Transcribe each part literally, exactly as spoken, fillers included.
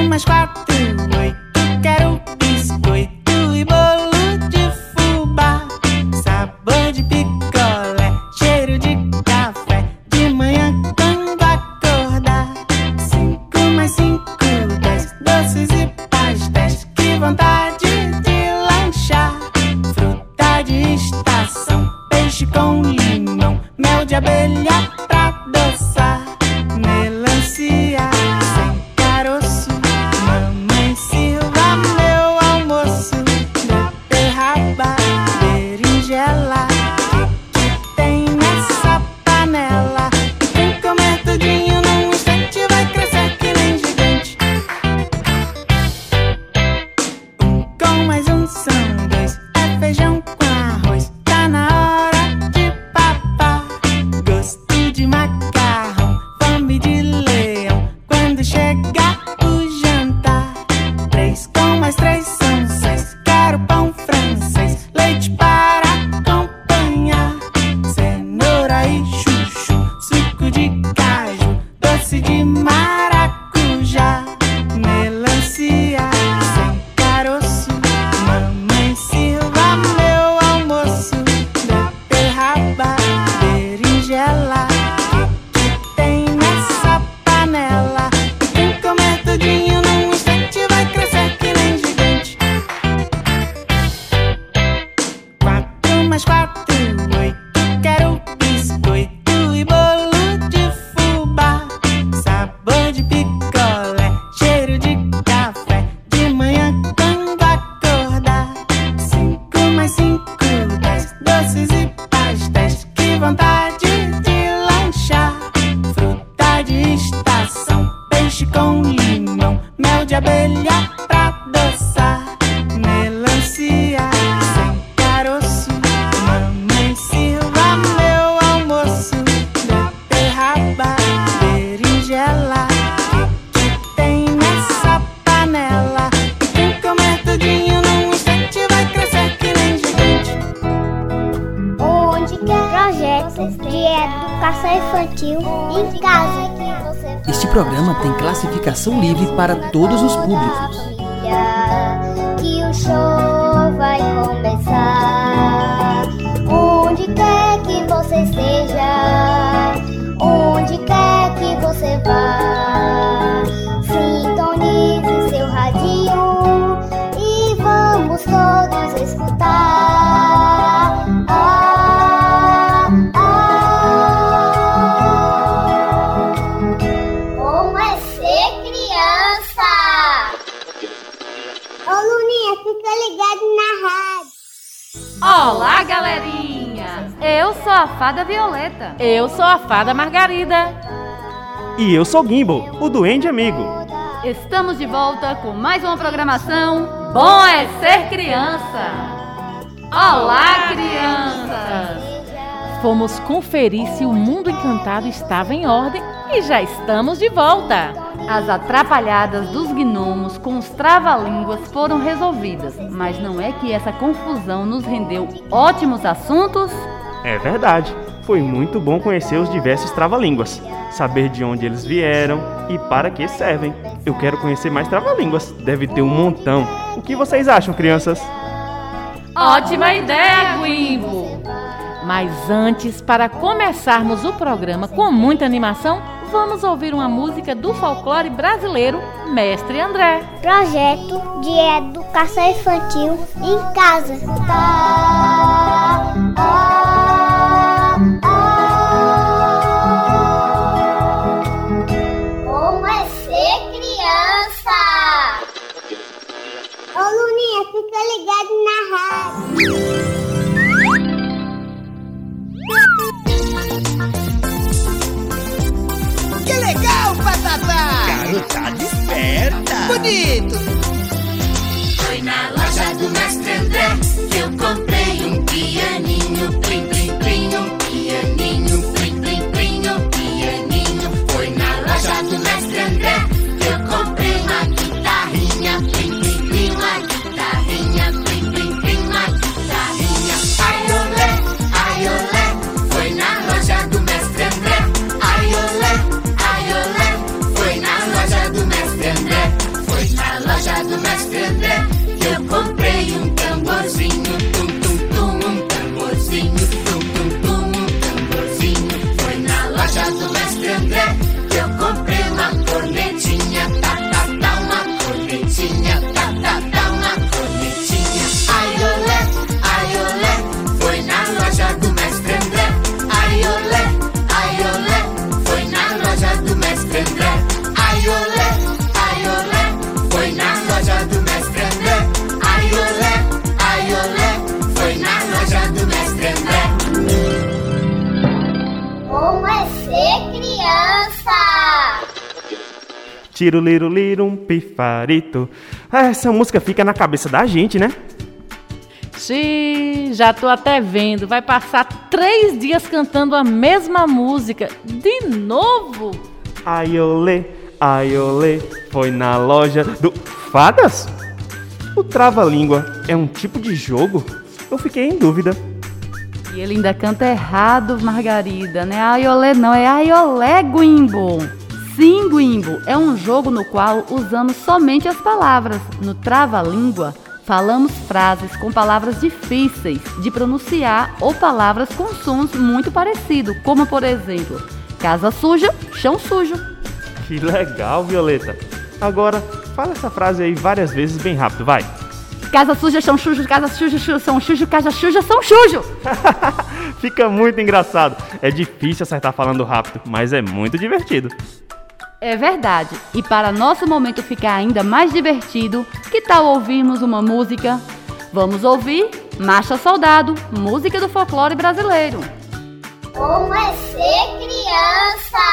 mais quatro, oito. Quero biscoito e bolo de fubá, sabor de picolé, cheiro de café, de manhã quando acordar. Cinco mais cinco, dez, doces e pastéis, que vontade de lanchar. Fruta de estação, peixe com limão, mel de abelha pra adoçar. Melancia sem caroço, mamãe sirva meu almoço. Beterraba, berinjela, que que tem nessa panela? Quem comer tudinho num instante vai crescer que nem gigante. Um com mais um são dois, é feijão com arroz, tá na hora de papar. Gosto de macarrão, fome de leão, quando chegar o jantar. Três com mais três são seis, quero pão francês, leite para acompanhar. Cenoura e chuchu, suco de caju, doce de maracujá. Melancia sem caroço, mamãe sirva meu almoço. Beterraba, berinjela, que que tem nessa panela? Quem comer tudinho num instante vai crescer que nem gigante. Quatro mais quatro, oito. Quero biscoito e bolo de fubá, sabor de picolé, cheiro de café, de manhã quando acordar. Cinco mais cinco, dez, doces e pastéis, que vontade de lanchar. Fruta de estação, peixe com limão, mel de abelha pra adoçar. Melancia sem caroço, mamãe sirva meu almoço. Beterraba, berinjela, que que tem nessa panela? Quem comer tudinho num instante vai crescer que nem gigante. Onde quer projetos de educação infantil em casa. Este programa tem classificação livre para todos os públicos. Que o show vai começar. Onde quer que você esteja, onde quer que você vá, sintonize seu radinho e vamos todos escutar. Ah, ah. Como é ser criança? Ô Luninha, fica ligado na rádio. Olá, galerinha! Eu sou a Fada Violeta. Eu sou a Fada Margarida. E eu sou Gimbal, o Duende Amigo. Estamos de volta com mais uma programação Bom é Ser Criança! Olá, crianças! Fomos conferir se o mundo encantado estava em ordem e já estamos de volta. As atrapalhadas dos gnomos com os trava-línguas foram resolvidas, mas não é que essa confusão nos rendeu ótimos assuntos? É verdade, foi muito bom conhecer os diversos trava-línguas, saber de onde eles vieram e para que servem. Eu quero conhecer mais trava-línguas, deve ter um montão. O que vocês acham, crianças? Ótima ideia, Guimbo! Mas antes, para começarmos o programa com muita animação, vamos ouvir uma música do folclore brasileiro, Mestre André. Projeto de educação infantil em casa. Ah, ah, ah. Como é ser criança? Ô Luninha, fica ligado na rádio. Que legal, Patatá! Garotada esperta! Bonito! Foi na loja do Mestre André que eu comprei um pianinho, plim, plim, plim, um pianinho, plim, plim, plim, um pianinho. Foi na loja do Mestre André que eu comprei uma guitarrinha, plim, plim, plim, uma guitarrinha, plim, plim, plim, uma guitarrinha. Ai, olé, ai, olé, foi na loja do Mestre André. Ai, olé, ai, olé, foi na loja do Mestre André. Foi tiro, liro, liro, um pifarito. Essa música fica na cabeça da gente, né? Xiii, já tô até vendo. Vai passar três dias cantando a mesma música. De novo? Aiolê, aiolê, foi na loja do... Fadas? O trava-língua é um tipo de jogo? Eu fiquei em dúvida. E ele ainda canta errado, Margarida, né? Aiolê não, é aiolé, Guimbo. Sim, Guimbo, é um jogo no qual usamos somente as palavras. No trava-língua, falamos frases com palavras difíceis de pronunciar ou palavras com sons muito parecidos, como por exemplo, casa suja, chão sujo. Que legal, Violeta. Agora, fala essa frase aí várias vezes bem rápido, vai. Casa suja, chão sujo, casa suja, chão são sujo, casa suja, são sujo. Fica muito engraçado. É difícil acertar falando rápido, mas é muito divertido. É verdade. E para nosso momento ficar ainda mais divertido, que tal ouvirmos uma música? Vamos ouvir Marcha Soldado, música do folclore brasileiro. Como é ser criança?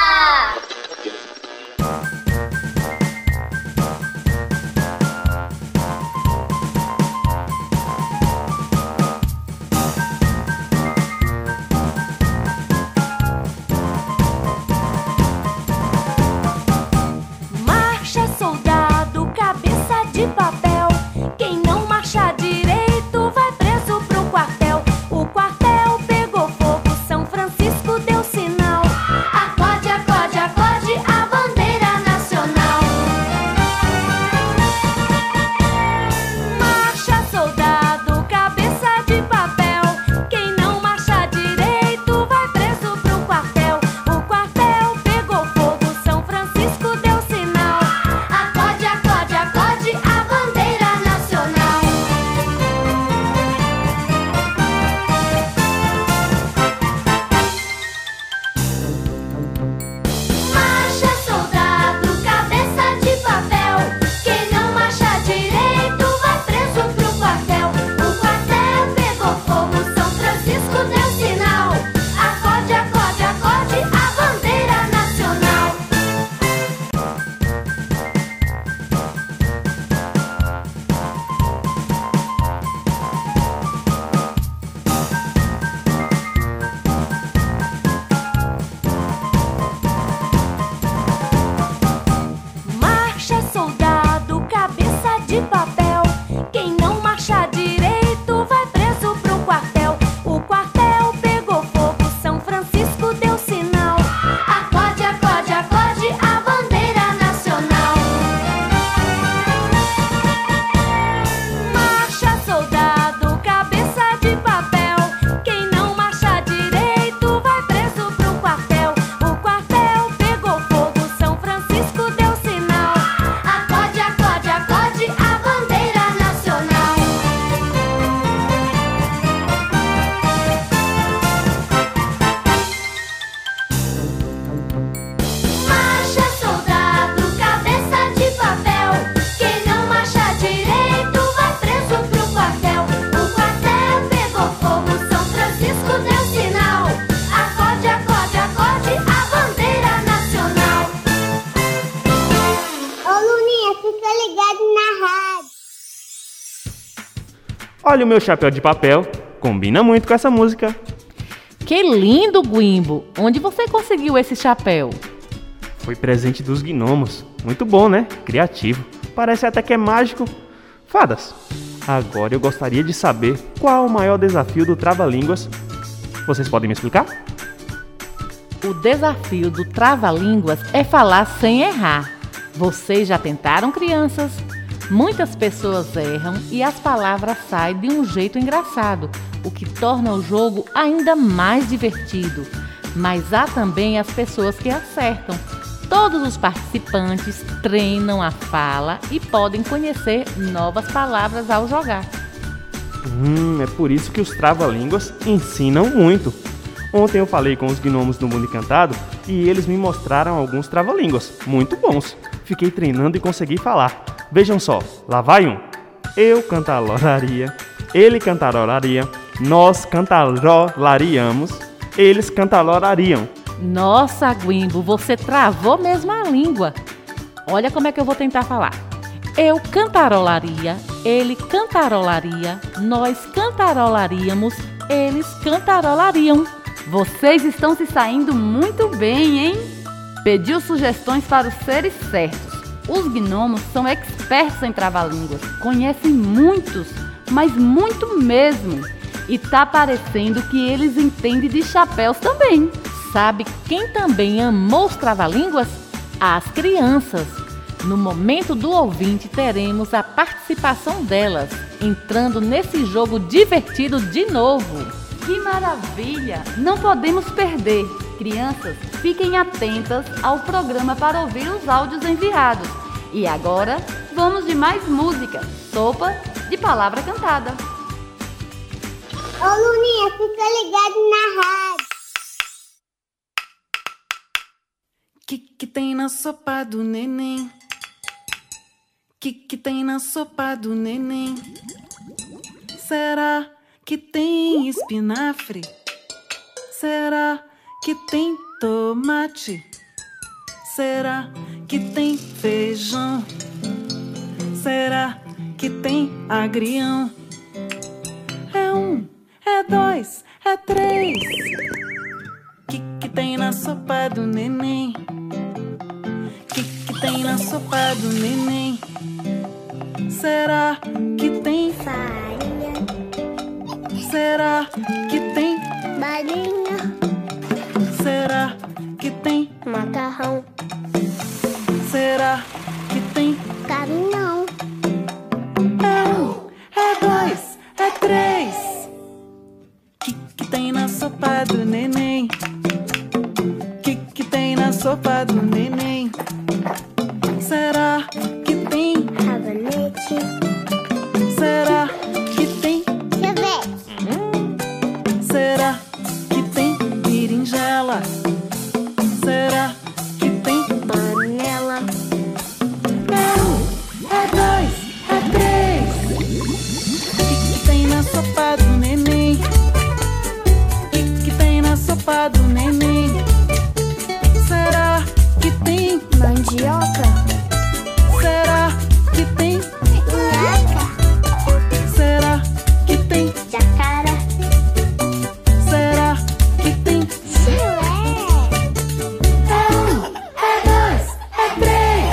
Olha o meu chapéu de papel, combina muito com essa música. Que lindo, Guimbo! Onde você conseguiu esse chapéu? Foi presente dos gnomos. Muito bom, né? Criativo. Parece até que é mágico. Fadas, agora eu gostaria de saber qual o maior desafio do Trava-Línguas. Vocês podem me explicar? O desafio do Trava-Línguas é falar sem errar. Vocês já tentaram, crianças? Muitas pessoas erram e as palavras saem de um jeito engraçado, o que torna o jogo ainda mais divertido. Mas há também as pessoas que acertam. Todos os participantes treinam a fala e podem conhecer novas palavras ao jogar. Hum, é por isso que os Trava-Línguas ensinam muito. Ontem eu falei com os gnomos do Mundo Encantado e eles me mostraram alguns Trava-Línguas muito bons. Fiquei treinando e consegui falar. Vejam só, lá vai um. Eu cantarolaria, ele cantarolaria, nós cantarolariamos, eles cantarolariam. Nossa, Guimbo, você travou mesmo a língua. Olha como é que eu vou tentar falar. Eu cantarolaria, ele cantarolaria, nós cantarolaríamos, eles cantarolariam. Vocês estão se saindo muito bem, hein? Pediu sugestões para os seres certos. Os gnomos são expertos em trava-línguas, conhecem muitos, mas muito mesmo. E tá parecendo que eles entendem de chapéus também. Sabe quem também amou os trava-línguas? As crianças. No momento do ouvinte teremos a participação delas, entrando nesse jogo divertido de novo. Que maravilha! Não podemos perder. Crianças, fiquem atentas ao programa para ouvir os áudios enviados. E agora, vamos de mais música. Sopa de palavra cantada. Ô Luninha, fica ligado na rádio. Que que tem na sopa do neném? Que que tem na sopa do neném? Será que tem espinafre? Será que tem tomate? Será que tem feijão? Será que tem agrião? É um, é dois, é três. Que que tem na sopa do neném? Que que tem na sopa do neném? Será que tem Farinha, Será que tem balinha, Será que tem macarrão, Será que tem caminhão. É um, é dois, é três. Que que tem na sopa do neném? Que que tem na sopa do neném? Será que tem Rabanete, Será que tem sorvete, Será que tem berinjela? Será que tem panela, É um, é dois, é três. Que que tem na sopa do neném? Que que tem na sopa do neném? Será que tem mandioca, Será que tem minhaca, Será que tem jacaré, Será que tem chulé. É um, é dois, é três.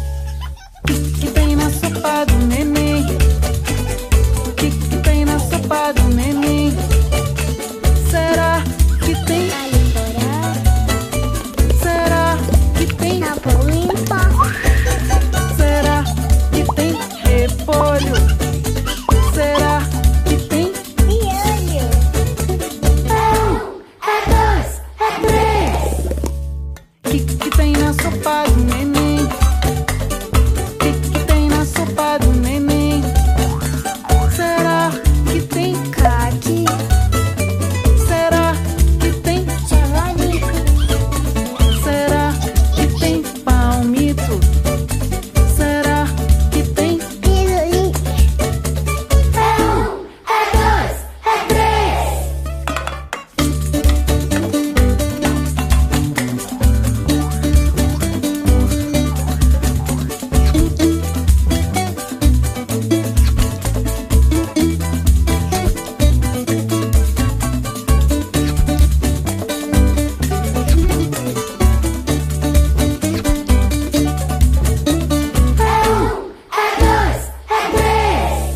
Que que tem na sopa do neném? Que que tem na sopa do neném? Será que tem Alho poró, Será que tem na boa limpa, Será que tem repolho? Será que tem piolho, É um, é dois, é três. Que que tem na sopa do neném? Que que tem na sopa do neném? Será que tem caqui, Será que tem javali, Será que tem palmito? Será que tem pirulito, É um, é dois, é três. É um, é dois, é três.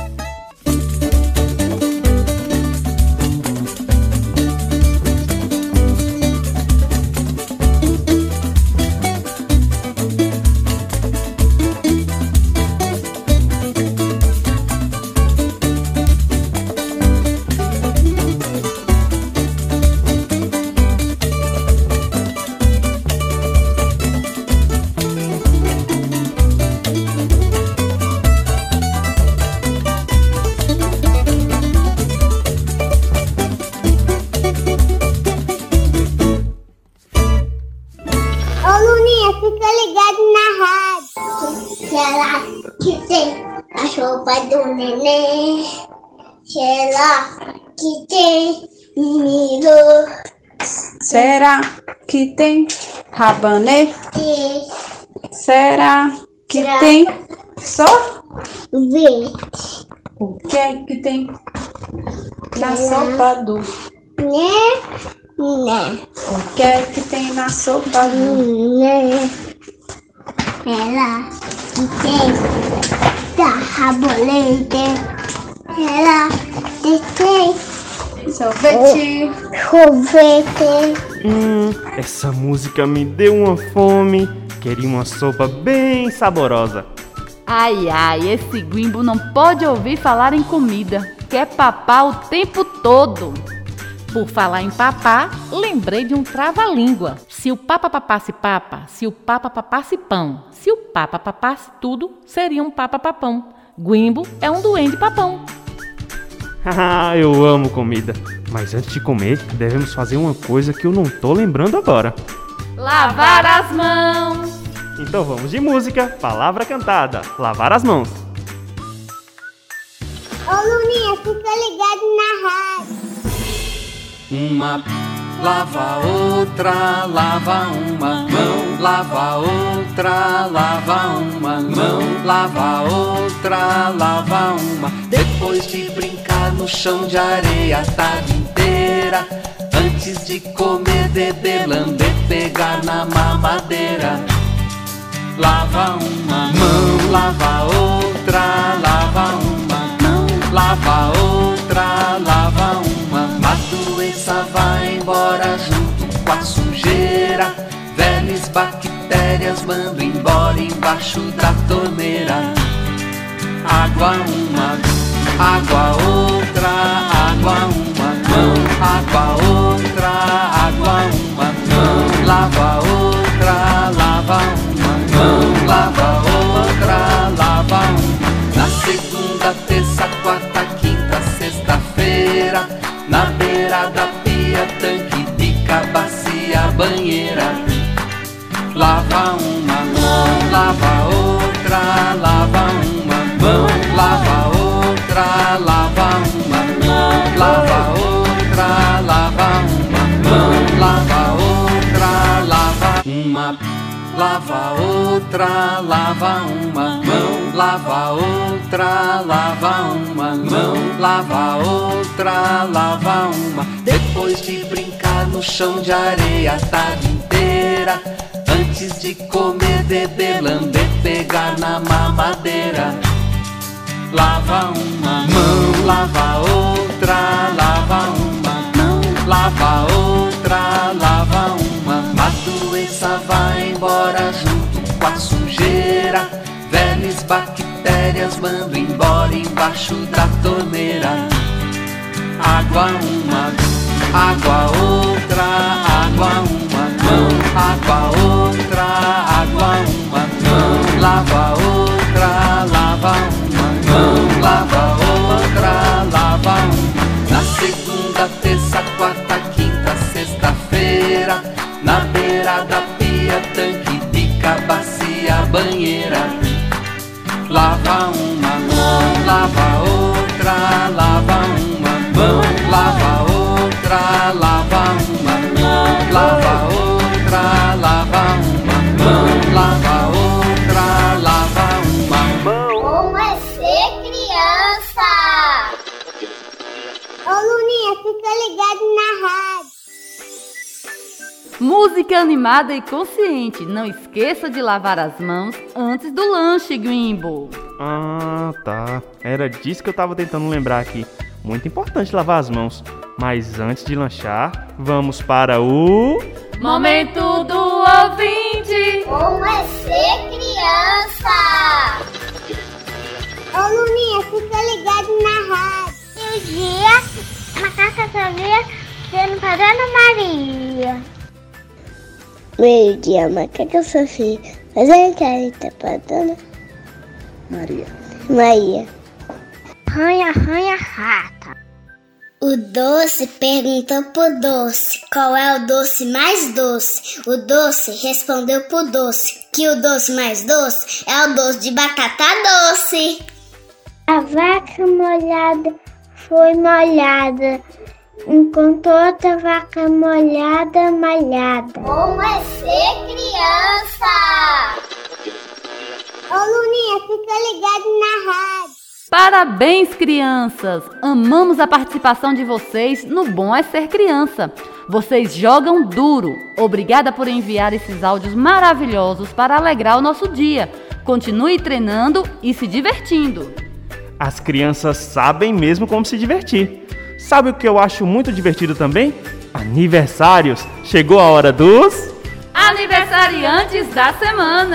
ô Luninha, fica ligado na rádio. Será que tem a sopa do neném? Será que tem milho? Será que tem rabanete? Será que Será? tem só? Verde. O que é que tem na sopa do? Né? Né. O que é que tem na sopa do? Né. Ela que tem da rabolete. Ela que tem Sorvete. sorvete. Hum, essa música me deu uma fome. Queria uma sopa bem saborosa. Ai, ai, esse Guimbo não pode ouvir falar em comida. Quer papar o tempo todo. Por falar em papá, lembrei de um trava-língua. Se o papa papasse papa, se o papa papasse pão, se o papa papasse tudo, seria um papa papão. Guimbo é um duende papão. Haha, eu amo comida. Mas antes de comer, devemos fazer uma coisa que eu não tô lembrando agora. Lavar as mãos. Então vamos de música, palavra cantada, lavar as mãos. Ô Luninha, fica ligado na rádio. Uma lava outra, lava uma mão, lava outra, lava uma mão, lava outra, lava uma. Depois de brincar no chão de areia a tarde inteira, antes de comer, beber, lamber, pegar na mamadeira. Lava uma mão, lava outra, lava uma mão, lava outra, lava uma. A doença vai embora junto com a sujeira. Velhas bactérias mando embora embaixo da torneira. Água uma, água outra, água uma mão, água outra, água uma mão, lava outra, lava uma mão, lava outra, lava uma. Na segunda, terça, quarta, quinta, sexta-feira, na beira da pia, tanque, pica, bacia, banheira. Lava uma mão, lava outra, lava uma mão, lava outra, lava uma mão, lava outra, lava uma mão, lava outra, lava uma, lava outra, lava uma mão, lava outra, lava uma mão, lava outra, lava uma. Depois de brincar no chão de areia a tarde inteira, antes de comer, beber, lamber, pegar na mamadeira. Lava uma mão, lava outra, lava uma mão, lava outra, lava uma. A doença vai embora junto com a sujeira. Velhas bactérias mando embora embaixo da torneira. Água uma, água outra, água uma mão, água outra, água uma mão, lava outra, lava uma mão, lava outra, lava uma. Na segunda, terça, quarta, quinta, sexta-feira, na beira da pia, tanque, pica, bacia, banheira. Lava uma mão, lava outra, lava uma mão, lava outra, lava uma mão, lava outra, lava uma mão, lava outra, lava uma mão. Como é ser criança? Ô Luninha, fica ligado na rádio. Música animada e consciente. Não esqueça de lavar as mãos antes do lanche, Guimbo. Ah, tá. Era disso que eu tava tentando lembrar aqui. Muito importante lavar as mãos. Mas antes de lanchar, vamos para o... Momento do ouvinte. Como é ser criança? Ô Luninha, fica ligado na rádio. E o dia, macaca sabia sendo para Ana Maria. Meio-dia, macaca Sofia fazendo careta para Dona Maria. Maria. Ranha, ranha, rata. O doce perguntou pro doce qual é o doce mais doce. O doce respondeu pro doce que o doce mais doce é o doce de batata doce. A vaca molhada foi molhada, enquanto outra vaca molhada malhada. Como é ser criança? Ô Luninha, fica ligado na rádio. Parabéns, crianças! Amamos a participação de vocês no Bom é Ser Criança. Vocês jogam duro. Obrigada por enviar esses áudios maravilhosos para alegrar o nosso dia. Continue treinando e se divertindo. As crianças sabem mesmo como se divertir. Sabe o que eu acho muito divertido também? Aniversários. Chegou a hora dos... aniversariantes da semana.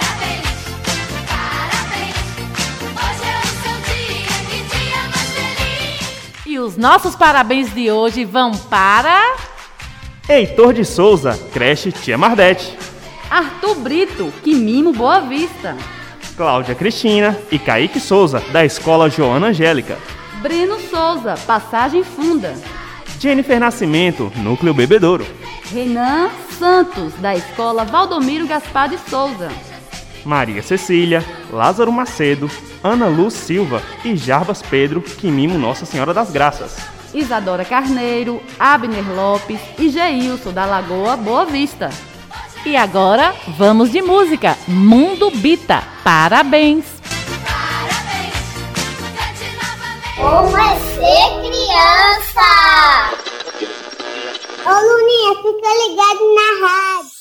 E os nossos parabéns de hoje vão para... Heitor de Souza, creche Tia Mardete. Arthur Brito, que mimo Boa Vista. Cláudia Cristina e Kaique Souza, da escola Joana Angélica. Breno Souza, Passagem Funda. Jennifer Nascimento, Núcleo Bebedouro. Renan Santos, da escola Valdomiro Gaspar de Souza. Maria Cecília, Lázaro Macedo, Ana Luz Silva e Jarbas Pedro, que mimo Nossa Senhora das Graças. Isadora Carneiro, Abner Lopes e Geilson, da Lagoa Boa Vista. E agora, vamos de música. Mundo Bita. Parabéns! Como é ser criança? Ô Luninha, fica ligado na rádio.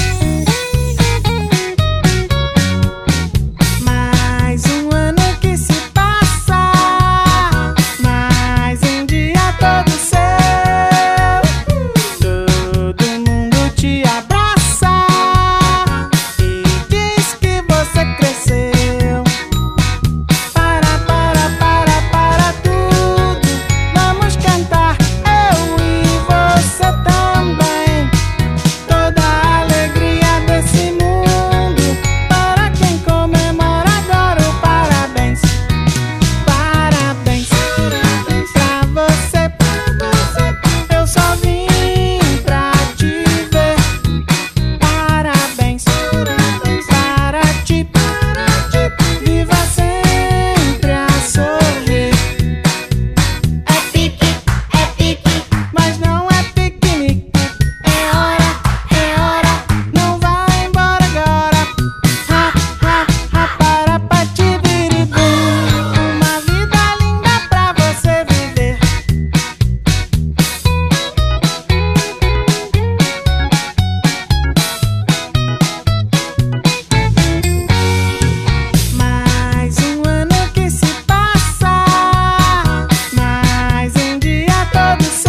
Mais um ano que se passa, mais um dia todo seu. Todo mundo te abraça e diz que você cresceu. Para, para, para, para tudo, vamos cantar, eu e você também. Toda a alegria desse mundo, para quem comemora agora o parabéns. Parabéns pra você, eu só vim pra te ver. Parabéns para ti, viva sempre a sorrir. É pique, é pique, mas não é piquenique. É hora, é hora, não vai embora agora. Ha, ha, ha, para, pati, biribum. Uma vida linda pra você viver. Mais um ano que se passa, mais um dia todo seu.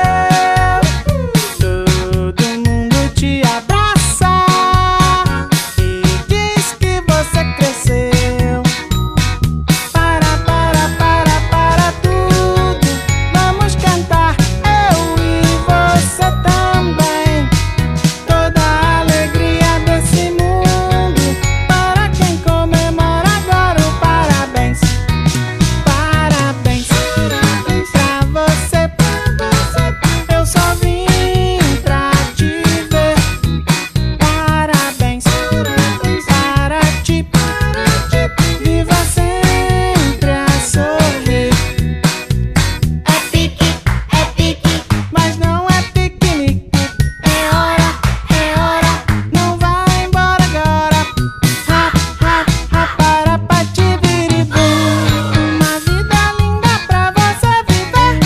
Todo mundo te abraça e diz que você cresceu. Para, para, para, para tudo, vamos cantar, eu e você também. Toda a alegria desse mundo, para quem comemora agora o parabéns. Parabéns pra você, eu só vim pra te ver. Parabéns para ti, viva sempre a sorrir. É pique, é pique, mas não é piquenique. É hora, é hora, não vai embora agora. Ha, ha, ha, para, pati, biribum. Uma vida linda pra você viver.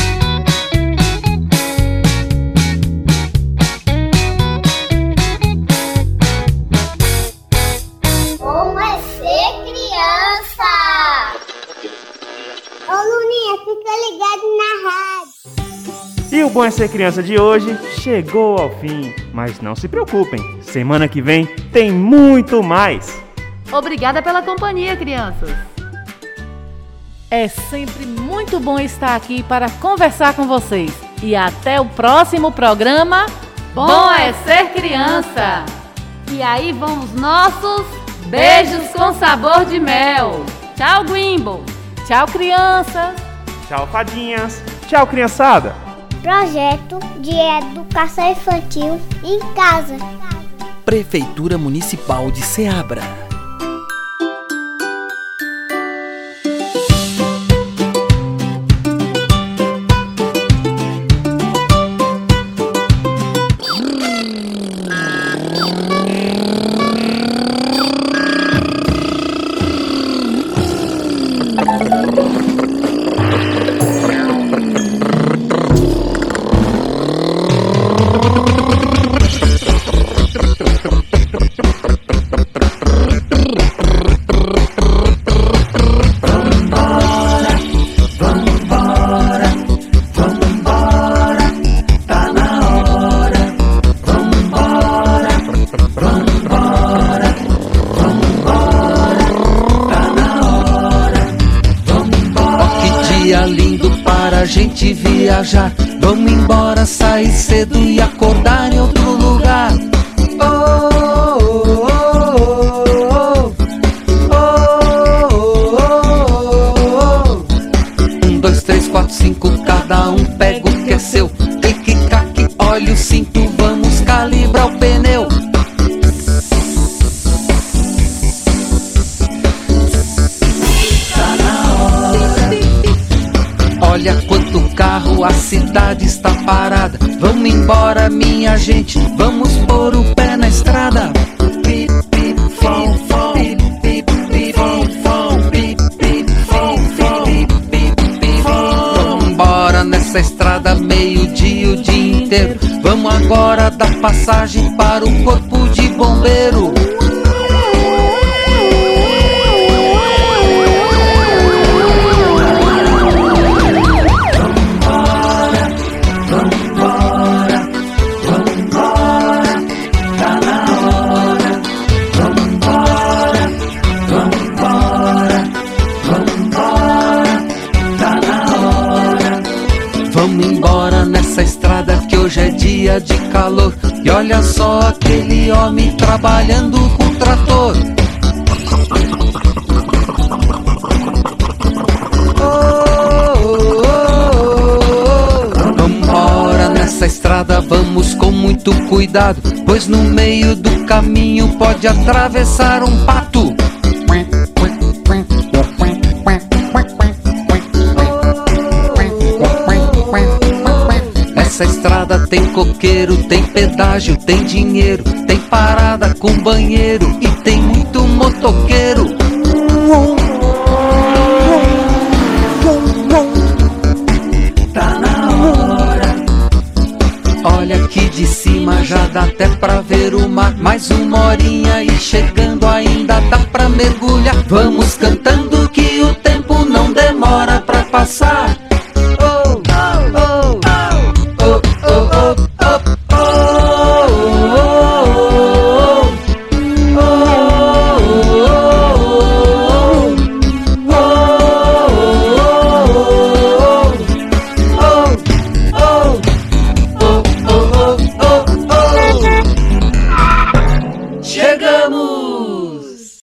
Como é ser criança? Ô Luninha, fica ligado na rádio. E o Bom é Ser Criança de hoje chegou ao fim. Mas não se preocupem, semana que vem tem muito mais. Obrigada pela companhia, crianças. É sempre muito bom estar aqui para conversar com vocês. E até o próximo programa. Bom é Ser Criança. E aí vão os nossos beijos com sabor de mel. Tchau, Guimbo. Tchau, crianças. Tchau, fadinhas. Tchau, criançada. Projeto de Educação Infantil em Casa. Prefeitura Municipal de Ceabra. Gente viajar, vamos embora, sair cedo e acordar em outro lugar. Oh, oh, oh, oh, oh, oh. Um, dois, três, quatro, cinco, cada um pega o que é seu. Clique-caque, olha o cinto, vamos calibrar o pneu. Olha quanto carro, a cidade está parada. Vamos embora, minha gente, vamos pôr o pé na estrada. Pip, pip, fom, fom, pip, pip, pip, fom, fom, pip, pip, fom, fom, pip, pip, pip, fom. Vamos embora nessa estrada meio-dia o dia inteiro. Vamos agora dar passagem para o corpo de bombeiro. Vamos embora nessa estrada que hoje é dia de calor. E olha só aquele homem trabalhando com o trator. Oh, oh, oh, oh. Vamos embora nessa estrada, vamos com muito cuidado, pois no meio do caminho pode atravessar um pato. Essa estrada tem coqueiro, tem pedágio, tem dinheiro, tem parada com banheiro e tem muito motoqueiro. Tá na hora. Olha aqui de cima, já dá até pra ver o mar. Mais uma horinha e chegando ainda dá pra mergulhar. Vamos cantar.